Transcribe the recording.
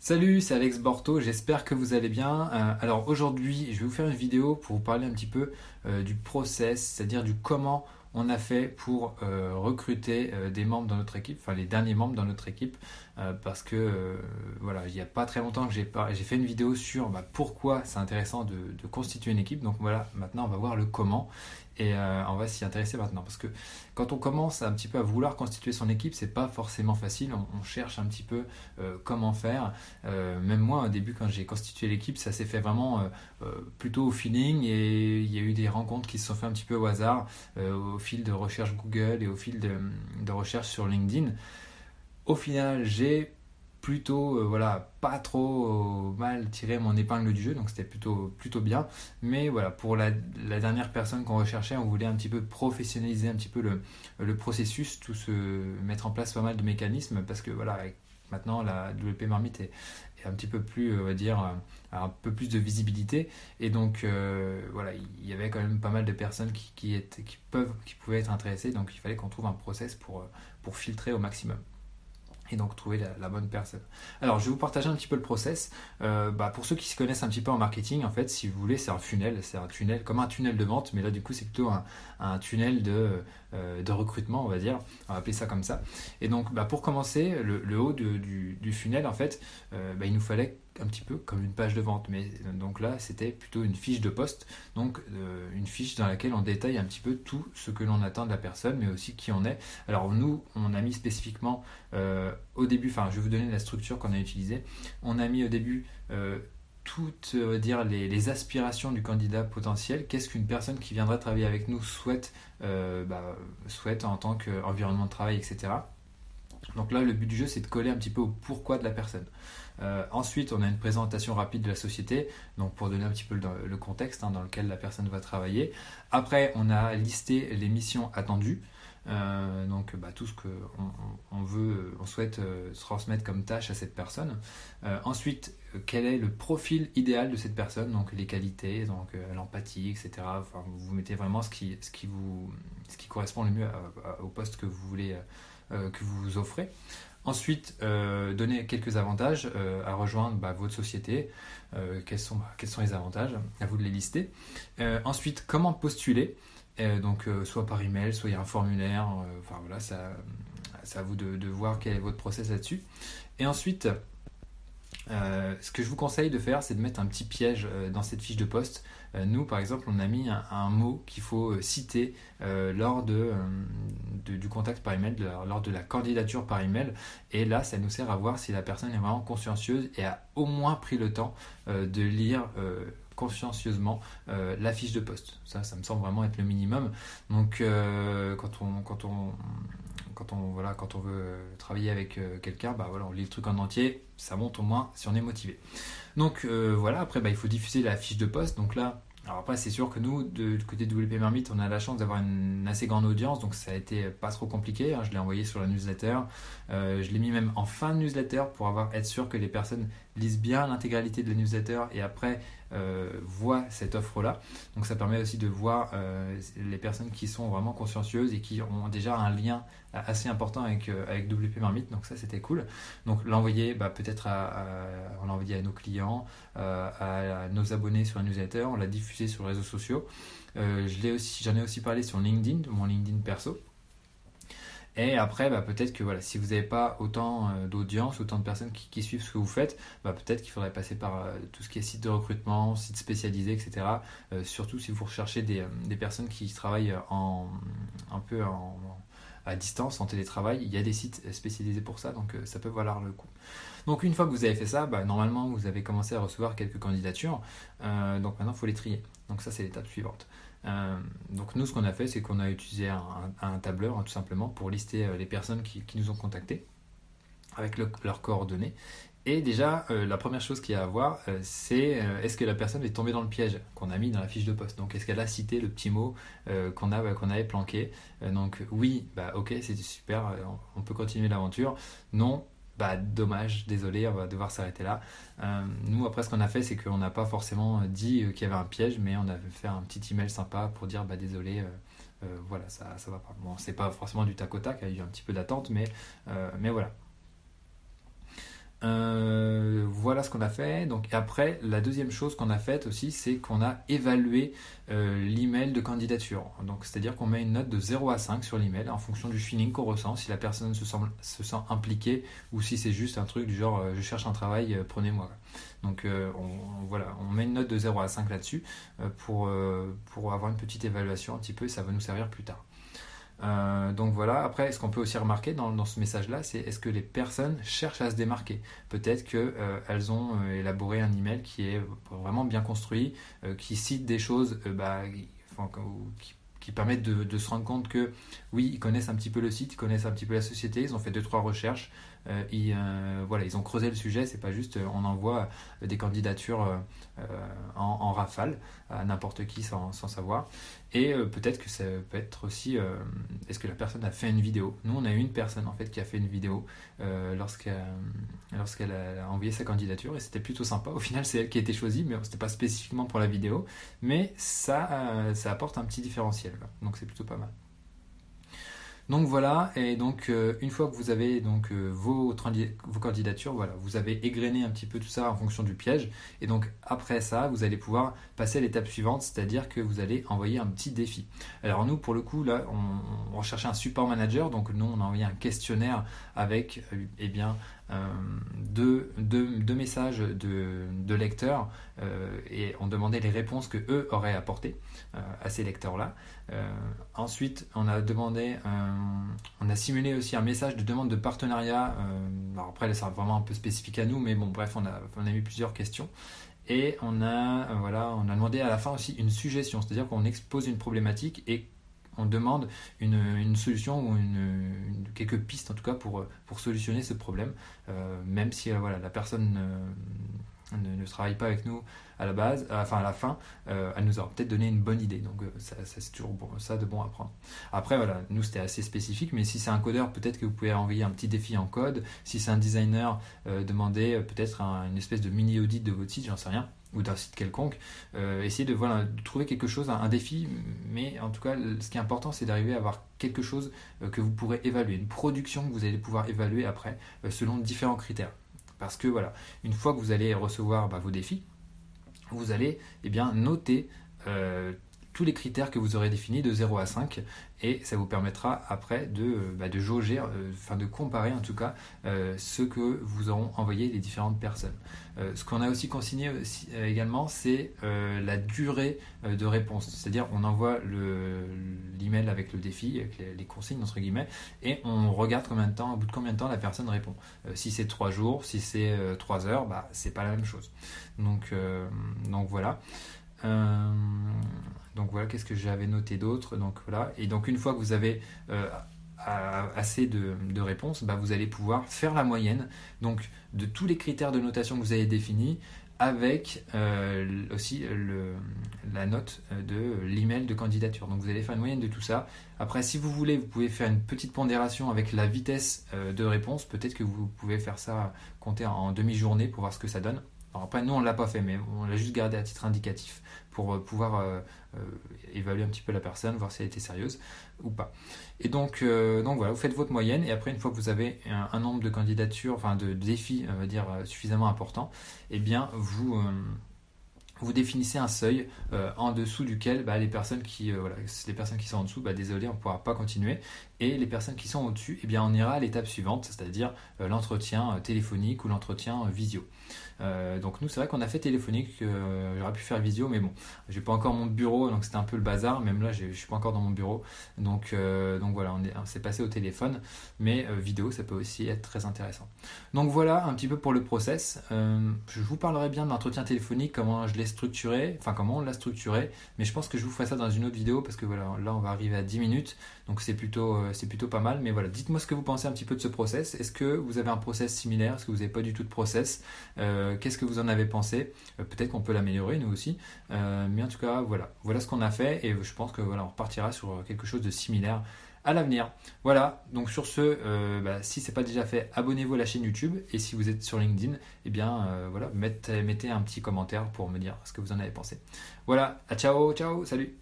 Salut, c'est Alex Borto, j'espère que vous allez bien. Alors aujourd'hui, je vais vous faire une vidéo pour vous parler un petit peu du process, c'est-à-dire du comment on a fait pour recruter des membres dans notre équipe, enfin les derniers membres dans notre équipe, parce que voilà, il n'y a pas très longtemps que j'ai fait une vidéo sur pourquoi c'est intéressant de constituer une équipe. Donc voilà, maintenant on va voir le comment et on va s'y intéresser maintenant, parce que quand on commence un petit peu à vouloir constituer son équipe, c'est pas forcément facile. On cherche un petit peu comment faire. Même moi, au début, quand j'ai constitué l'équipe, ça s'est fait vraiment plutôt au feeling et il y a eu des rencontres qui se sont faites un petit peu au hasard, au fil de recherche Google et au fil de recherche sur LinkedIn. Au final, j'ai plutôt voilà, pas trop mal tiré mon épingle du jeu, donc c'était plutôt bien. Mais voilà, pour la dernière personne qu'on recherchait, on voulait un petit peu professionnaliser un petit peu le processus, tout se mettre en place pas mal de mécanismes, parce que voilà, maintenant la WP Marmite est un petit peu plus, on va dire, un peu plus de visibilité. Et donc voilà, il y avait quand même pas mal de personnes qui pouvaient être intéressées, donc il fallait qu'on trouve un process pour filtrer au maximum et donc trouver la bonne personne. Alors je vais vous partager un petit peu le process. Pour ceux qui se connaissent un petit peu en marketing, en fait, si vous voulez, c'est un tunnel comme un tunnel de vente, mais là du coup c'est plutôt un tunnel de recrutement, on va dire, on va appeler ça comme ça. Et donc pour commencer, le haut du funnel, en fait, il nous fallait un petit peu comme une page de vente, mais donc là c'était plutôt une fiche de poste, donc une fiche dans laquelle on détaille un petit peu tout ce que l'on attend de la personne, mais aussi qui on est. Alors nous, on a mis spécifiquement au début, enfin je vais vous donner la structure qu'on a utilisée. On a mis au début toutes les aspirations du candidat potentiel. Qu'est-ce qu'une personne qui viendrait travailler avec nous souhaite en tant qu'environnement de travail, etc. Donc là, le but du jeu, c'est de coller un petit peu au pourquoi de la personne. Ensuite, on a une présentation rapide de la société, donc pour donner un petit peu le contexte dans lequel la personne va travailler. Après, on a listé les missions attendues, tout ce on souhaite transmettre comme tâche à cette personne. Ensuite, quel est le profil idéal de cette personne, donc les qualités, donc l'empathie, etc. Enfin, vous mettez vraiment ce qui correspond le mieux au poste que vous voulez, que vous offrez. Ensuite, donner quelques avantages à rejoindre votre société. Quels sont les avantages? À vous de les lister. Ensuite, comment postuler? Soit par email, soit il y a un formulaire. C'est à vous de voir quel est votre process là-dessus. Et ensuite, ce que je vous conseille de faire, c'est de mettre un petit piège dans cette fiche de poste. Nous, par exemple, on a mis un mot qu'il faut citer lors du contact par email, lors de la candidature par email. Et là, ça nous sert à voir si la personne est vraiment consciencieuse et a au moins pris le temps de lire consciencieusement la fiche de poste. Ça me semble vraiment être le minimum. Donc, quand on veut travailler avec quelqu'un, on lit le truc en entier, ça monte au moins si on est motivé. Donc après il faut diffuser la fiche de poste. Donc là, alors après c'est sûr que nous, du côté de WP Marmite, on a la chance d'avoir une assez grande audience, donc ça a été pas trop compliqué. Je l'ai envoyé sur la newsletter, je l'ai mis même en fin de newsletter pour être sûr que les personnes lisent bien l'intégralité de la newsletter et après voient cette offre-là. Donc ça permet aussi de voir les personnes qui sont vraiment consciencieuses et qui ont déjà un lien assez important avec WP Marmite, donc ça c'était cool. Donc l'envoyer peut-être on l'a envoyé à nos clients, à nos abonnés sur la newsletter, on l'a diffusé sur les réseaux sociaux. J'en ai aussi parlé sur LinkedIn, mon LinkedIn perso. Et après, peut-être que si vous n'avez pas autant d'audience, autant de personnes qui suivent ce que vous faites, peut-être qu'il faudrait passer par tout ce qui est site de recrutement, site spécialisé, etc. Surtout si vous recherchez des personnes qui travaillent à distance, en télétravail, il y a des sites spécialisés pour ça, donc ça peut valoir le coup. Donc une fois que vous avez fait ça, normalement vous avez commencé à recevoir quelques candidatures, donc maintenant il faut les trier. Donc ça c'est l'étape suivante. Donc nous ce qu'on a fait, c'est qu'on a utilisé un tableur tout simplement pour lister les personnes qui nous ont contactés avec leurs coordonnées. Et déjà, la première chose qu'il y a à voir, c'est est-ce que la personne est tombée dans le piège qu'on a mis dans la fiche de poste. Donc est-ce qu'elle a cité le petit mot qu'on avait planqué. Donc oui, ok, c'était super, on peut continuer l'aventure. Non, dommage, désolé, on va devoir s'arrêter là. Nous après ce qu'on a fait, c'est qu'on n'a pas forcément dit qu'il y avait un piège, mais on avait fait un petit email sympa pour dire désolé, ça va pas. Bon, c'est pas forcément du tac au tac, il y a eu un petit peu d'attente, mais voilà. voilà ce qu'on a fait. Donc, et après, la deuxième chose qu'on a faite aussi, c'est qu'on a évalué l'email de candidature. Donc, c'est-à-dire qu'on met une note de 0 à 5 sur l'email en fonction du feeling qu'on ressent, si la personne se sent impliquée ou si c'est juste un truc du genre je cherche un travail, prenez-moi. Donc on met une note de 0 à 5 là-dessus pour avoir une petite évaluation un petit peu, et ça va nous servir plus tard. Donc voilà, après ce qu'on peut aussi remarquer dans ce message-là, c'est est-ce que les personnes cherchent à se démarquer. Peut-être qu'elles ont élaboré un email qui est vraiment bien construit, qui cite des choses qui permettent de se rendre compte que oui, ils connaissent un petit peu le site, ils connaissent un petit peu la société, ils ont fait 2-3 recherches, ils ont creusé le sujet, c'est pas juste on envoie des candidatures en rafale à n'importe qui sans savoir. Et peut-être que ça peut être aussi est-ce que la personne a fait une vidéo. Nous on a eu une personne en fait qui a fait une vidéo lorsqu'elle a envoyé sa candidature, et c'était plutôt sympa. Au final c'est elle qui a été choisie, mais c'était pas spécifiquement pour la vidéo, mais ça apporte un petit différentiel, donc c'est plutôt pas mal. Donc voilà, et donc une fois que vous avez donc vos candidatures, voilà, vous avez égrené un petit peu tout ça en fonction du piège, et donc après ça, vous allez pouvoir passer à l'étape suivante, c'est-à-dire que vous allez envoyer un petit défi. Alors nous, pour le coup, là, on recherchait un support manager, donc nous, on a envoyé un questionnaire avec, deux messages de lecteurs, et on demandait les réponses que eux auraient apportées à ces lecteurs-là. Ensuite, on a simulé aussi un message de demande de partenariat. Alors après, c'est vraiment un peu spécifique à nous, mais bon, bref, on a mis plusieurs questions. Et on a demandé à la fin aussi une suggestion, c'est-à-dire qu'on expose une problématique et on demande une solution ou quelques pistes en tout cas pour solutionner ce problème, même si la personne ne travaille pas avec nous à la base, à la fin, elle nous aura peut-être donné une bonne idée. Donc ça c'est toujours bon, ça de bon à prendre. Après voilà, nous c'était assez spécifique, mais si c'est un codeur, peut-être que vous pouvez envoyer un petit défi en code. Si c'est un designer, demandez peut-être une espèce de mini audit de votre site, j'en sais rien, ou d'un site quelconque. Essayez de trouver quelque chose, un défi, mais en tout cas ce qui est important c'est d'arriver à avoir quelque chose que vous pourrez évaluer, une production que vous allez pouvoir évaluer après selon différents critères. Parce que voilà, une fois que vous allez recevoir vos défis, vous allez noter tous les critères que vous aurez définis de 0 à 5, et ça vous permettra après de jauger, de comparer en tout cas ce que vous auront envoyé les différentes personnes. Ce qu'on a aussi consigné également, c'est la durée de réponse, c'est-à-dire on envoie l'email avec le défi, avec les consignes entre guillemets, et on regarde au bout de combien de temps la personne répond. Si c'est 3 jours, si c'est 3 heures, c'est pas la même chose. Donc voilà. Donc voilà, qu'est-ce que j'avais noté d'autre. Donc voilà, et donc une fois que vous avez assez de réponses, vous allez pouvoir faire la moyenne donc de tous les critères de notation que vous avez définis, avec aussi la note de l'email de candidature. Donc vous allez faire une moyenne de tout ça. Après, si vous voulez, vous pouvez faire une petite pondération avec la vitesse de réponse. Peut-être que vous pouvez faire ça, compter en demi-journée pour voir ce que ça donne. Alors après, nous on ne l'a pas fait, mais on l'a juste gardé à titre indicatif pour pouvoir évaluer un petit peu la personne, voir si elle était sérieuse ou pas. Et donc voilà, vous faites votre moyenne, et après, une fois que vous avez un nombre de candidatures, de défis, on va dire, suffisamment important, vous définissez un seuil en dessous duquel les personnes qui sont en dessous, désolé, on ne pourra pas continuer. Et les personnes qui sont au-dessus, on ira à l'étape suivante, c'est-à-dire l'entretien téléphonique ou l'entretien visio. Donc nous, c'est vrai qu'on a fait téléphonique, j'aurais pu faire visio, mais bon, j'ai pas encore mon bureau, donc c'était un peu le bazar. Même là, je suis pas encore dans mon bureau, donc voilà, on s'est passé au téléphone, mais vidéo, ça peut aussi être très intéressant. Donc voilà un petit peu pour le process. Je vous parlerai bien de l'entretien téléphonique, comment je l'ai structuré, comment on l'a structuré, mais je pense que je vous ferai ça dans une autre vidéo, parce que voilà, là on va arriver à 10 minutes, donc c'est plutôt pas mal. Mais voilà, dites-moi ce que vous pensez un petit peu de ce process. Est-ce que vous avez un process similaire? Est-ce que vous n'avez pas du tout de process? Qu'est-ce que vous en avez pensé? Peut-être qu'on peut l'améliorer nous aussi, mais en tout cas voilà ce qu'on a fait, et je pense que on repartira sur quelque chose de similaire à l'avenir. Voilà, donc sur ce, si c'est pas déjà fait, abonnez-vous à la chaîne YouTube, et si vous êtes sur LinkedIn, mettez un petit commentaire pour me dire ce que vous en avez pensé. Voilà, ciao, salut.